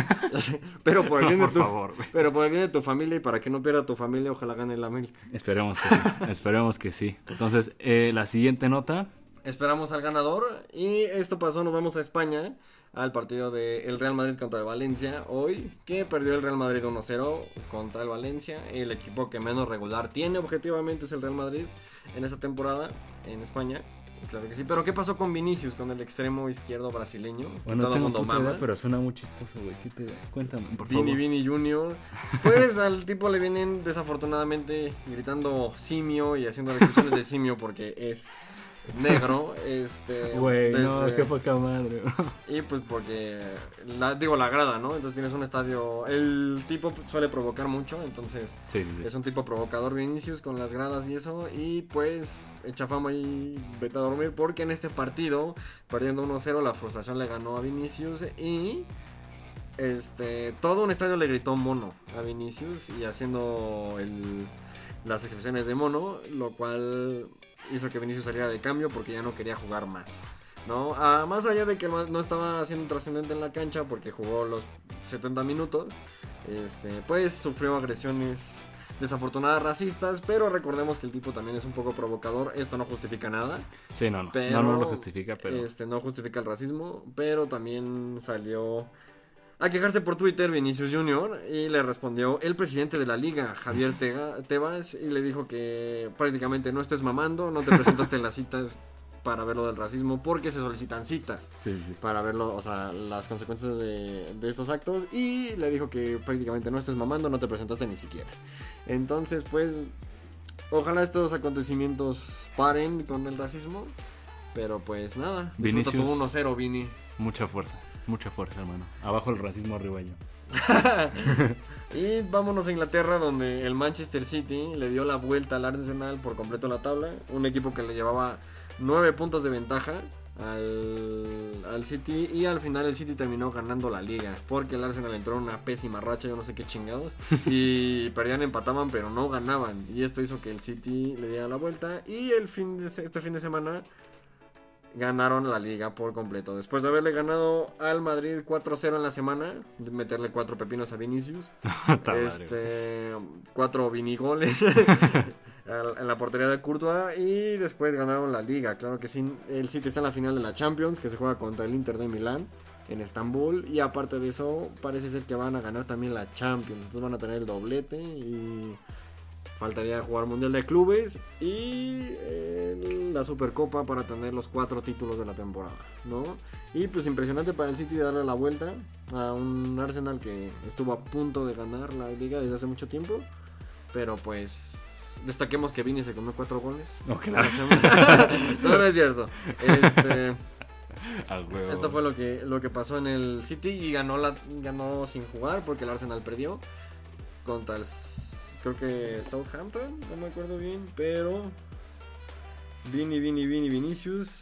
pero por el bien No, de por tu, favor, güey. pero por el bien de tu familia y para que no pierda tu familia, ojalá gane el América. Esperemos que sí. Esperemos que sí. Entonces, eh, la siguiente nota. Esperamos al ganador y esto pasó, nos vamos a España al partido del Real Madrid contra el Valencia hoy, que perdió el Real Madrid uno cero contra el Valencia. El equipo que menos regular tiene objetivamente es el Real Madrid en esta temporada en España. Claro que sí, pero ¿qué pasó con Vinicius, con el extremo izquierdo brasileño? Que Bueno, todo el mundo mama. Idea, pero suena muy chistoso, güey. ¿Qué pedo? Cuéntame, por Vini, favor. Vini Junior Pues al tipo le vienen desafortunadamente gritando simio y haciendo descripciones de simio porque es negro, este... Güey, desde... no, qué poca madre. Y pues porque, la, digo, la grada, ¿no? Entonces tienes un estadio, el tipo suele provocar mucho, entonces Sí, sí, sí. es un tipo provocador Vinicius con las gradas y eso, y pues echa fama y vete a dormir porque en este partido, perdiendo uno cero, la frustración le ganó a Vinicius y... Este, todo un estadio le gritó mono a Vinicius y haciendo el, las expresiones de mono, lo cual hizo que Vinicius saliera de cambio porque ya no quería jugar más, ¿no? Ah, más allá de que no, no estaba siendo trascendente en la cancha porque jugó los setenta minutos, este, pues sufrió agresiones desafortunadas racistas, pero recordemos que el tipo también es un poco provocador, esto no justifica nada. Sí, no, no, pero, no, no lo justifica, pero... Este, no justifica el racismo, pero también salió... a quejarse por Twitter Vinicius Junior y le respondió el presidente de la liga, Javier Tega, Tebas, y le dijo que prácticamente no estés mamando, no te presentaste en las citas para ver lo del racismo porque se solicitan citas Sí, sí. para verlo, o sea, las consecuencias de, de estos actos, y le dijo que prácticamente no estés mamando, no te presentaste ni siquiera. Entonces, pues, ojalá estos acontecimientos paren con el racismo, pero pues nada, disfruta tu Vinicius. uno cero, Vini. Mucha fuerza, mucha fuerza, hermano. Abajo el racismo, arriba yo. Y vámonos a Inglaterra, donde el Manchester City le dio la vuelta al Arsenal por completo la tabla. Un equipo que le llevaba nueve puntos de ventaja al, al City, y al final el City terminó ganando la liga porque el Arsenal entró en una pésima racha, yo no sé qué chingados, y perdían, empataban, pero no ganaban, y esto hizo que el City le diera la vuelta, y el fin de, este fin de semana ganaron la liga por completo. Después de haberle ganado al Madrid cuatro cero en la semana, de meterle cuatro pepinos a Vinicius, este, cuatro vinigoles en la portería de Courtois, y después ganaron la liga. Claro que sí, el City está en la final de la Champions, que se juega contra el Inter de Milán en Estambul, y aparte de eso parece ser que van a ganar también la Champions, entonces van a tener el doblete y faltaría jugar Mundial de Clubes y eh, la Supercopa para tener los cuatro títulos de la temporada, ¿no? Y pues impresionante para el City darle la vuelta a un Arsenal que estuvo a punto de ganar la liga desde hace mucho tiempo, pero pues destaquemos que Vini se comió cuatro goles. No, claro. No, no es cierto. Este, ah, esto fue lo que, lo que pasó en el City, y ganó, la, ganó sin jugar porque el Arsenal perdió contra el... creo que Southampton, no me acuerdo bien, pero Vini, Vini, Vini, Vinicius.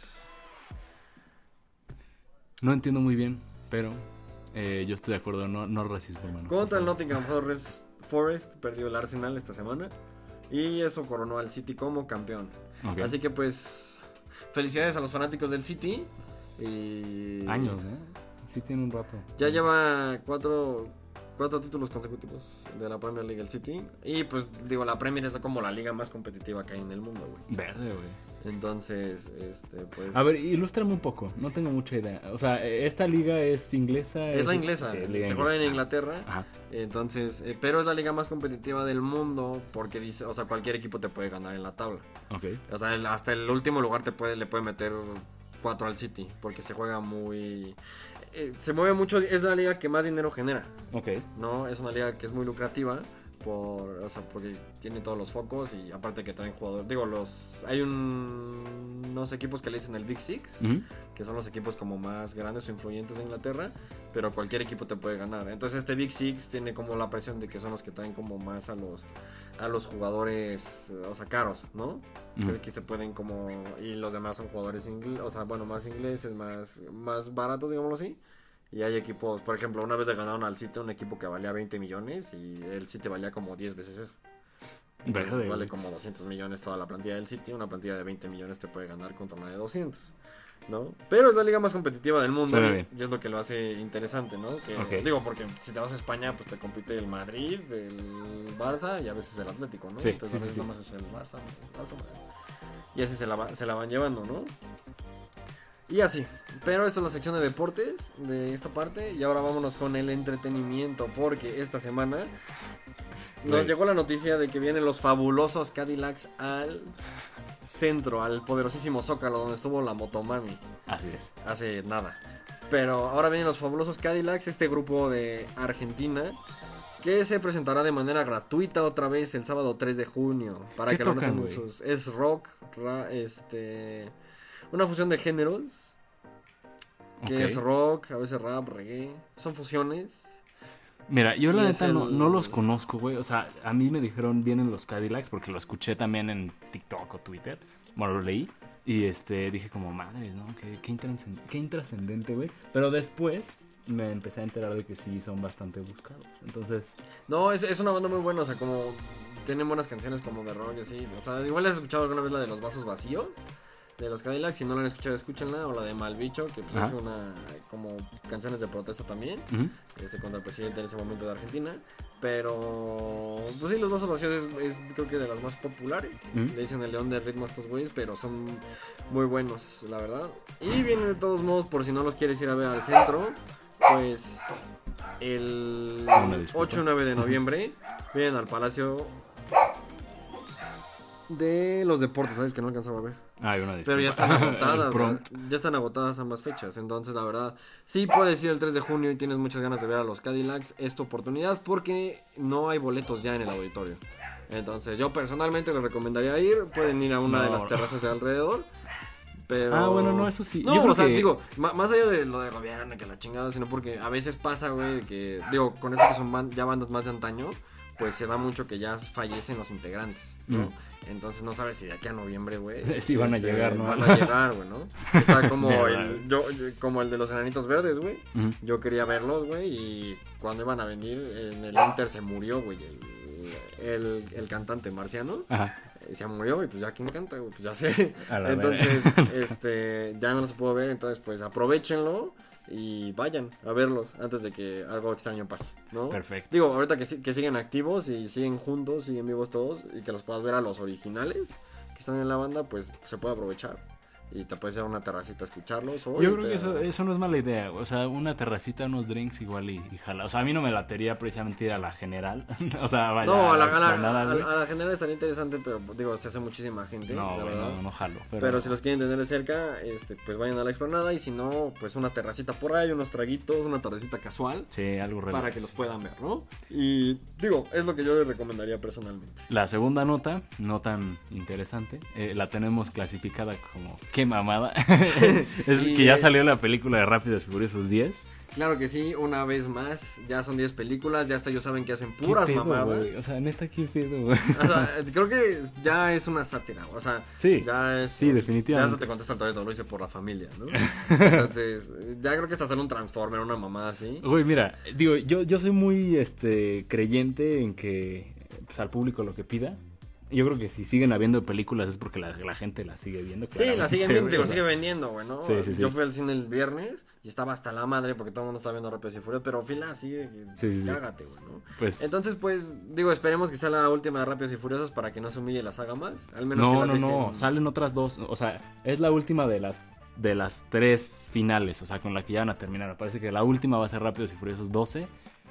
No entiendo muy bien, pero eh, yo estoy de acuerdo, no, no racismo, hermano. Contra el Nottingham Forest, Forest perdió el Arsenal esta semana, y eso coronó al City como campeón. Okay. Así que pues felicidades a los fanáticos del City. Y... años, ¿eh? Sí tiene un rato. Ya lleva cuatro... Cuatro títulos consecutivos de la Premier League el City. Y pues digo, la Premier es como la liga más competitiva que hay en el mundo, güey. Verde, güey. Entonces, este, pues... A ver, ilústrame un poco, no tengo mucha idea. O sea, ¿esta liga es inglesa? Es, es la inglesa, sí, se liga juega en inglesa. Inglaterra. Ajá. Entonces, eh, pero es la liga más competitiva del mundo porque dice, o sea, cualquier equipo te puede ganar en la tabla. Ok. O sea, el, hasta el último lugar te puede, le puede meter cuatro al City porque se juega muy... Eh, se mueve mucho, es la liga que más dinero genera. Ok. No, es una liga que es muy lucrativa por, o sea, porque tiene todos los focos y aparte que traen jugadores, digo, los hay un, unos equipos que le dicen el Big Six, Uh-huh. que son los equipos como más grandes o influyentes de Inglaterra, pero cualquier equipo te puede ganar. Entonces este Big Six tiene como la presión de que son los que traen como más a los a los jugadores, o sea, caros, ¿no? Uh-huh. Que, que se pueden como, y los demás son jugadores ingleses, o sea, bueno, más ingleses, más más baratos, digámoslo así. Y hay equipos, por ejemplo, una vez le ganaron al City un equipo que valía veinte millones y el City valía como diez veces eso. Entonces Verde, vale güey. como doscientos millones toda la plantilla del City. Una plantilla de veinte millones te puede ganar contra una de doscientos, ¿no? Pero es la liga más competitiva del mundo, Suena y, bien. y es lo que lo hace interesante, ¿no? Que, Ok. digo, porque si te vas a España, pues te compite el Madrid, el Barça y a veces el Atlético, ¿no? Sí, Entonces sí, a sí, veces sí. nomás es el Barça, el Barça, Madrid. Y así se la, va- se la van llevando, ¿no? Y así, pero esta es la sección de deportes de esta parte. Y ahora vámonos con el entretenimiento, porque esta semana nos Güey. llegó la noticia de que vienen los fabulosos Cadillacs al centro, al poderosísimo Zócalo, donde estuvo la Motomami. Así es. Hace nada. Pero ahora vienen los fabulosos Cadillacs, este grupo de Argentina, que se presentará de manera gratuita otra vez el sábado tres de junio. Para ¿Qué que tocan, lo noten güey? sus... Es rock, ra, este... una fusión de géneros. Que Ok. es rock, a veces rap, reggae. Son fusiones. Mira, yo la Y neta es no, el- no los conozco, güey. O sea, a mí me dijeron vienen los Cadillacs porque lo escuché también en TikTok o Twitter. Bueno, lo leí. Y este dije como, madres, ¿no? Qué, qué, intrascend- qué intrascendente, güey. Pero después me empecé a enterar de que sí son bastante buscados. Entonces, No, es, es una banda muy buena, o sea, como... Tienen buenas canciones como de rock y así. O sea, igual has escuchado alguna vez la de los vasos vacíos. De los Cadillacs, si no la han escuchado, escúchenla. O la de Malbicho, que pues Ajá. es una... Como canciones de protesta también. ujú. Este, contra el presidente en ese momento de Argentina. Pero, pues sí, los vasos vacíos es, es creo que de las más populares. Ujú. Le dicen el león de ritmo a estos güeyes, pero son muy buenos, la verdad. Y vienen de todos modos, por si no los quieres ir a ver al centro, pues el Una disculpa. ocho y nueve de noviembre vienen al Palacio de los Deportes, ¿sabes? Que no alcanzaba a ver. Ay, una Pero ya disculpa. están El agotadas, prom- ¿verdad? Ya están agotadas ambas fechas. Entonces, la verdad, sí puedes ir el tres de junio y tienes muchas ganas de ver a los Cadillacs. Es tu oportunidad porque no hay boletos ya en el auditorio. Entonces, yo personalmente les recomendaría ir. Pueden ir a una de No. las terrazas de alrededor. Pero... Ah, bueno, no, eso sí. No, Yo creo o sea, que- digo, ma- más allá de lo de gobierno, que la chingada, sino porque a veces pasa, güey, que, digo, con esto que son ban- ya bandas más de antaño, pues se da mucho que ya fallecen los integrantes, ¿no? Mm. Entonces no sabes si de aquí a noviembre, güey. este, Sí van a llegar, ¿no? Van a llegar, güey, ¿no? Está como De el, verdad. yo, yo- como el de los enanitos verdes, güey. Ujú. Yo quería verlos, güey, y cuando iban a venir en el Inter se murió, güey, el, el, el cantante marciano. Ajá. Eh, Se murió y pues ya quién canta, güey, pues ya sé. A la Entonces, este, ya no los puedo ver, entonces pues aprovechenlo y vayan a verlos antes de que algo extraño pase, ¿no? Perfecto. Digo, ahorita que, si- que siguen activos y siguen juntos, siguen vivos todos y que los puedas ver a los originales que están en la banda, pues se puede aprovechar. Y te puedes ir a una terracita a escucharlos. O Yo creo irte que eso, a- eso no es mala idea. O sea, una terracita, unos drinks igual y, y jala. O sea, a mí no me latería precisamente ir a la general. O sea, vaya No, a la, a, la, explanada, a, güey. la- a la general estaría interesante, pero digo, se hace muchísima gente, No, la güey, verdad. no, no jalo. Pero, Pero si los quieren tener de cerca, este, pues vayan a la explanada y si no, pues una terracita por ahí, unos traguitos, una tardecita casual Sí, algo relax. para que los puedan ver, ¿no? Y digo, es lo que yo les recomendaría personalmente. La segunda nota, no tan interesante, eh, la tenemos clasificada como qué mamada. Es Y que ya es- salió la película de Rápidos y Furiosos diez. Claro que sí, una vez más, ya son diez películas, ya hasta ellos saben que hacen ¿Qué puras pedo, mamadas. güey? O sea, neta, qué pedo, güey. O sea, creo que ya es una sátira, o sea, Sí, ya es... sí, definitivamente. Ya eso te contesta el Toretto, lo hice por la familia, ¿no? Entonces, ya creo que hasta hacer un Transformer, una mamada así. Güey, mira, digo, yo, yo soy muy este creyente en que pues, al público lo que pida. Yo creo que si siguen habiendo películas es porque la, la gente las sigue viendo. Sí, la siguen claramente, viendo, güey, digo, o sea. sigue vendiendo, güey, ¿no? Sí, sí, sí. Yo fui al cine el viernes y estaba hasta la madre porque todo el mundo estaba viendo Rápidos y Furiosos, pero fila sigue, Sí, sí, sí. cágate, güey, ¿no? Pues, Entonces, pues, digo, esperemos que sea la última de Rápidos y Furiosos para que no se humille la saga más, al menos que no, la no, dejen... no, salen otras dos. O sea, es la última de las de las tres finales, o sea, con la que ya van a terminar. Me parece que la última va a ser Rápidos y Furiosos doce.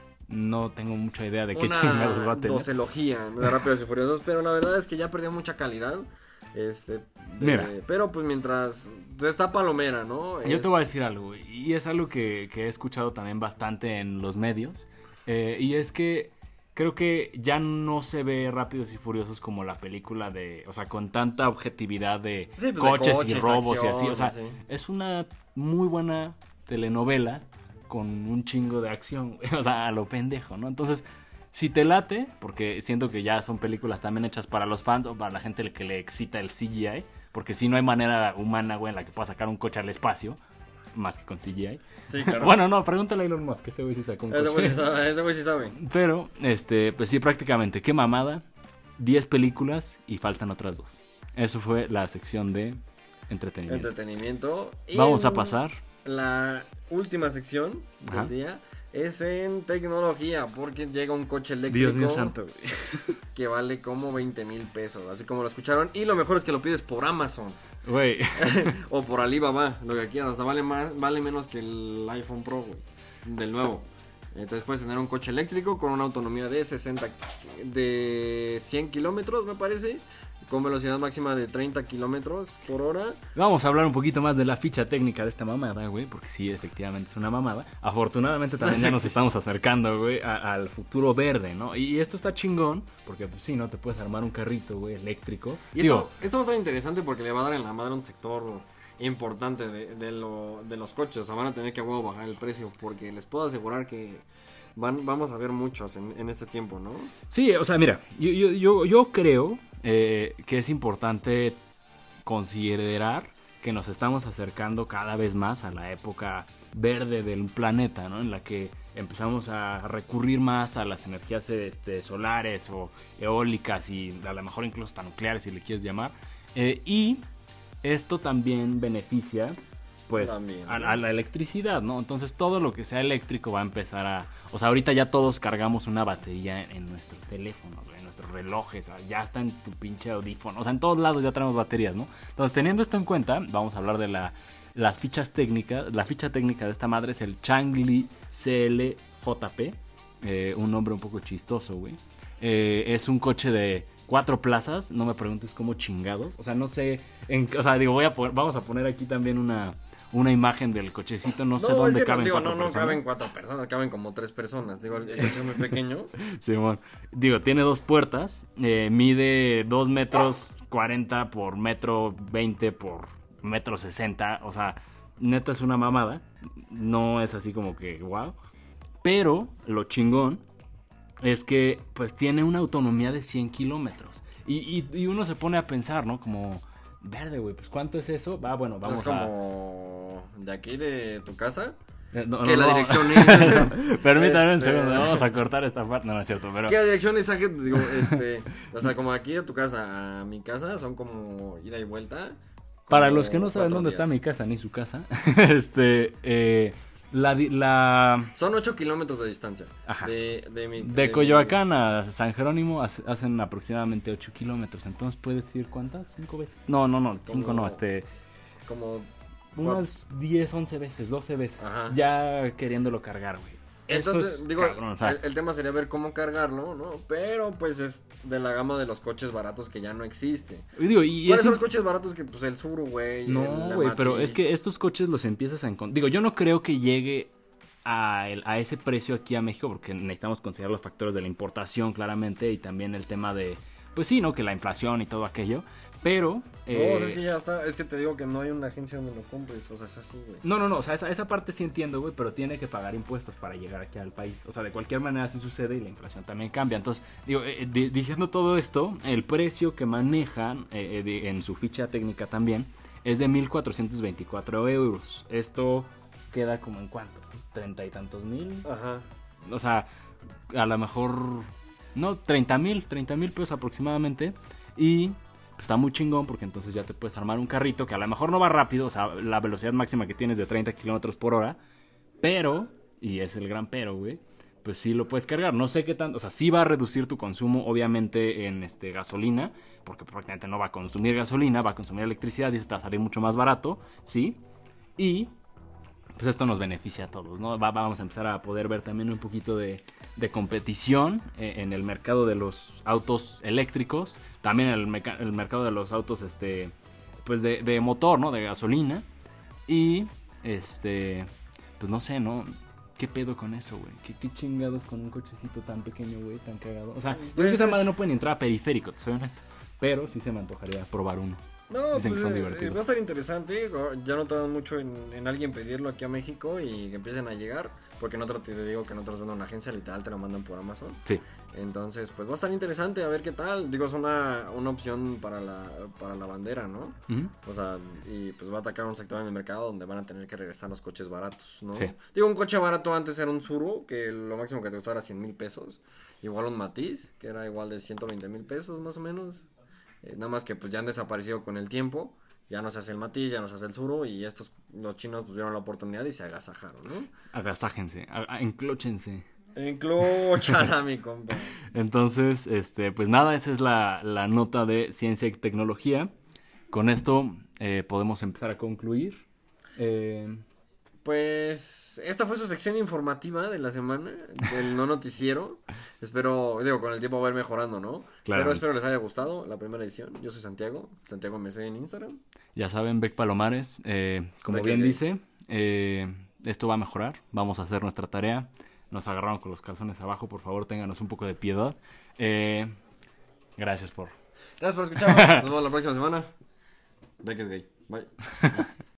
No tengo mucha idea de qué Una chingados va a tener. docelogía de Rápidos y Furiosos, pero la verdad es que ya perdió mucha calidad, este... de- Mira. Pero, pues, mientras... Está palomera, ¿no? Yo Es- te voy a decir algo, y es algo que, que he escuchado también bastante en los medios, eh, y es que creo que ya no se ve Rápidos y Furiosos como la película de, o sea, con tanta objetividad de, Sí, pues, de coches, y coches, robos y acción, así, o sea, sí. es una muy buena telenovela con un chingo de acción, güey, o sea, a lo pendejo, ¿no? Entonces, si te late, porque siento que ya son películas también hechas para los fans o para la gente que le excita el C G I, porque si no hay manera humana, güey, en la que pueda sacar un coche al espacio, más que con C G I. Sí, claro. Bueno, no, pregúntale a Elon Musk, que ese güey sí sacó un Ese güey sí coche. sabe, ese güey sí sabe. Pero, este, pues sí, prácticamente, qué mamada, diez películas y faltan otras dos. Eso fue la sección de entretenimiento. Entretenimiento. Y Vamos a en pasar. La última sección del Ajá. día es en tecnología, porque llega un coche eléctrico Dios mío santo, güey. que vale como veinte mil pesos, así como lo escucharon. Y lo mejor es que lo pides por Amazon Güey, o por Alibaba, lo que quieras. O sea, vale, más, vale menos que el iPhone Pro, güey, del nuevo. Entonces puedes tener un coche eléctrico con una autonomía de sesenta, de cien kilómetros, me parece. con velocidad máxima de treinta kilómetros por hora. Vamos a hablar un poquito más de la ficha técnica de esta mamada, güey, porque sí, efectivamente es una mamada. Afortunadamente también ya nos estamos acercando, güey, a- al futuro verde, ¿no? Y esto está chingón, porque pues sí, ¿no? Te puedes armar un carrito, güey, eléctrico. Y Digo, esto, esto va a estar interesante porque le va a dar en la madre a un sector importante de, de, lo, de los coches. O sea, van a tener que a huevo bajar el precio porque les puedo asegurar que van, vamos a ver muchos en, en este tiempo, ¿no? sí, o sea, mira, yo, yo, yo, yo creo eh, que es importante considerar que nos estamos acercando cada vez más a la época verde del planeta, ¿no? En la que empezamos a recurrir más a las energías este, solares o eólicas y a lo mejor incluso hasta nucleares, si le quieres llamar. Eh, y esto también beneficia pues También, a, ¿no? a la electricidad, ¿no? Entonces todo lo que sea eléctrico va a empezar a... O sea, ahorita ya todos cargamos una batería en, en nuestros teléfonos, en nuestros relojes, o sea, ya está en tu pinche audífono, o sea, en todos lados ya tenemos baterías, ¿no? Entonces, teniendo esto en cuenta, vamos a hablar de la, las fichas técnicas. La ficha técnica de esta madre es el Changli C L J P, eh, un nombre un poco chistoso, güey. Eh, es un coche de cuatro plazas, no me preguntes cómo chingados, o sea, no sé, en, o sea, digo, voy a poner, vamos a poner aquí también una, una imagen del cochecito, no sé No, dónde es que, caben digo, cuatro no, no personas. caben cuatro personas, caben como tres personas. Digo, el, el coche es muy pequeño. Simón, digo, tiene dos puertas, eh, mide dos metros cuarenta por metro veinte por metro sesenta, o sea, neta es una mamada, no es así como que wow, pero lo chingón es que pues tiene una autonomía de cien kilómetros y, y, y uno se pone a pensar, ¿no? Como, verde, güey, pues ¿cuánto es eso? Va, bueno, vamos es como de aquí de tu casa. a... Eh, no, que no, la no. dirección es... Permítame un este, segundo, vamos a cortar esta parte, no, no es cierto, pero... ¿Qué dirección es? Digo, este, o sea, como aquí de tu casa a mi casa son como ida y vuelta. Para como los que no saben cuatro dónde días. está mi casa ni su casa, este, eh, la, di- la Son ocho kilómetros de distancia. Ajá. De, de, mi, de mi- Coyoacán a San Jerónimo hace- hacen aproximadamente ocho kilómetros, entonces puedes decir cuántas, cinco veces. No, no, no, cinco Como- no, este, Como... unas diez, once veces, doce veces, Ajá. ya queriéndolo cargar, güey. Eso Entonces, es digo, cabrón, o sea, el, el tema sería ver cómo cargarlo, ¿no? Pero, pues, es de la gama de los coches baratos que ya no existe. y digo, y ¿Cuáles es son un- los coches baratos que, pues, el Subaru, güey? No, el güey, pero Matiz? es que estos coches los empiezas a encontrar. Digo, yo no creo que llegue a, el- a ese precio aquí a México porque necesitamos considerar los factores de la importación claramente y también el tema de, pues sí, ¿no? Que la inflación y todo aquello. Pero... No, eh, o sea, es que ya está, es que te digo que no hay una agencia donde lo compres, o sea, es así, güey. No, no, no, o sea, esa, esa parte sí entiendo, güey, pero tiene que pagar impuestos para llegar aquí al país. O sea, de cualquier manera así sucede y la inflación también cambia. Entonces, digo, eh, di- diciendo todo esto, el precio que manejan eh, eh, de- en su ficha técnica también es de mil cuatrocientos veinticuatro euros. Esto queda como en cuánto, treinta y tantos mil. Ajá. O sea, a lo mejor, no, treinta mil, treinta mil pesos aproximadamente. Y pues, está muy chingón porque entonces ya te puedes armar un carrito que a lo mejor no va rápido. O sea, la velocidad máxima que tienes de treinta kilómetros por hora. Pero, y es el gran pero, güey, pues sí lo puedes cargar. No sé qué tanto, o sea, sí va a reducir tu consumo, obviamente, en este gasolina. Porque prácticamente no va a consumir gasolina, va a consumir electricidad y eso te va a salir mucho más barato, ¿sí? Y pues esto nos beneficia a todos, ¿no? Va- vamos a empezar a poder ver también un poquito de, de competición eh, en el mercado de los autos eléctricos, también en el, meca- el mercado de los autos, este, pues de, de motor, ¿no? De gasolina. Y, este, pues no sé, ¿no? ¿Qué pedo con eso, güey? ¿Qué, ¿Qué chingados con un cochecito tan pequeño, güey? Tan cagado. O sea, yo creo Pues que esa es- madre no puede ni entrar a periférico, te soy honesto. Pero sí se me antojaría probar uno. No, Dicen que pues, son eh, divertidos. va a estar interesante. Ya no tardan mucho en, en alguien pedirlo aquí a México y que empiecen a llegar. Porque no te te digo que no te los venden una agencia, literal te lo mandan por Amazon. Sí. Entonces, pues va a estar interesante a ver qué tal. Digo, es una, una opción para la, para la bandera, ¿no? Ujú. O sea, y pues va a atacar un sector en el mercado donde van a tener que regresar los coches baratos, ¿no? Sí. Digo, un coche barato antes era un Subaru, que lo máximo que te costaba era cien mil pesos. Igual un Matiz, que era igual de ciento veinte mil pesos más o menos. Eh, nada más que pues ya han desaparecido con el tiempo. Ya no se hace el Matiz, ya no se hace el Subaru. Y estos, los chinos pues vieron la oportunidad y se agasajaron, ¿no? Agasájense, a- a- enclóchense. Enclochan a mi compa. Entonces, este, pues nada, esa es la, la nota de ciencia y tecnología. Con esto eh, podemos empezar a concluir. Eh, Pues esta fue su sección informativa de la semana, del no noticiero. Espero, digo, con el tiempo va a ir mejorando, ¿no? Claro. Pero espero les haya gustado la primera edición. Yo soy Santiago, Santiago M C en Instagram. Ya saben, Beck Palomares, eh, como Beck bien Gay. dice, eh, esto va a mejorar, vamos a hacer nuestra tarea. Nos agarraron con los calzones abajo, por favor, ténganos un poco de piedad. Eh, gracias por... Gracias por escucharnos. Nos vemos la próxima semana. Beck es gay. Bye.